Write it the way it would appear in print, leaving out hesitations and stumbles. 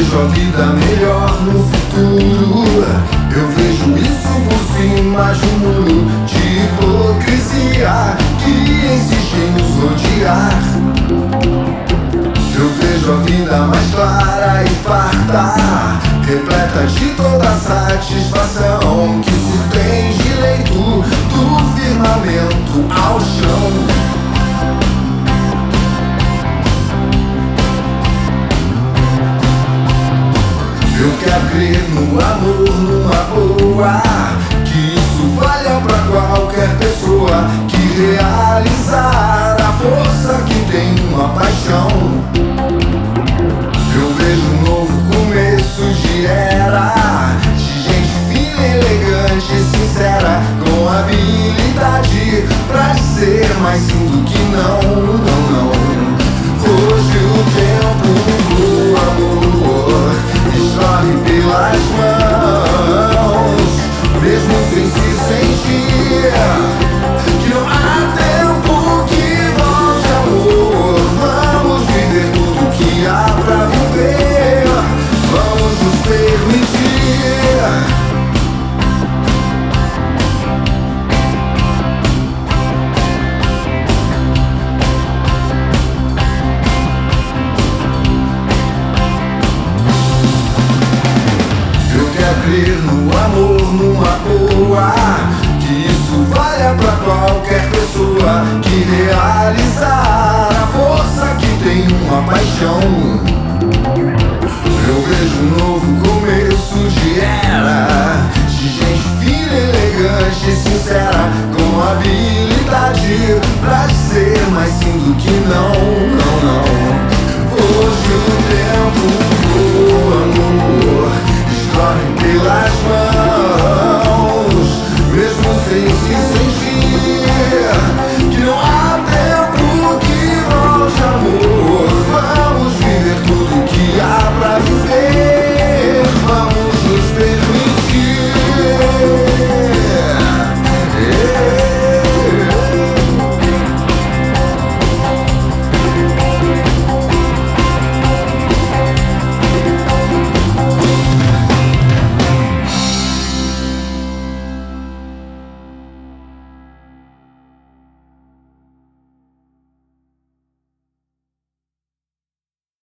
vejo a vida melhor no futuro. Eu vejo isso por cima de um muro de hipocrisia que insiste em nos odiar. Eu vejo a vida mais clara e farta, repleta de toda satisfação, que se tem direito do firmamento ao chão. Eu quero crer no amor, numa boa, que isso valha pra qualquer pessoa, que realizar a força que tem uma paixão. Eu vejo um novo começo de era, de gente fina, elegante e sincera, com habilidade pra dizer mais sim do que não, não, não. Hoje o tempo voa, amor, escorre pelas mãos, mesmo sem se sentir que não há tempo que volte, amor. Vamos viver tudo que há pra viver, vamos nos permitir. Crer no amor, numa boa, que isso valha pra qualquer pessoa, que realizar a força que tem uma paixão. Eu vejo um novo começo de era, de gente fina, elegante e sincera, com habilidade pra dizer mais sim do que não.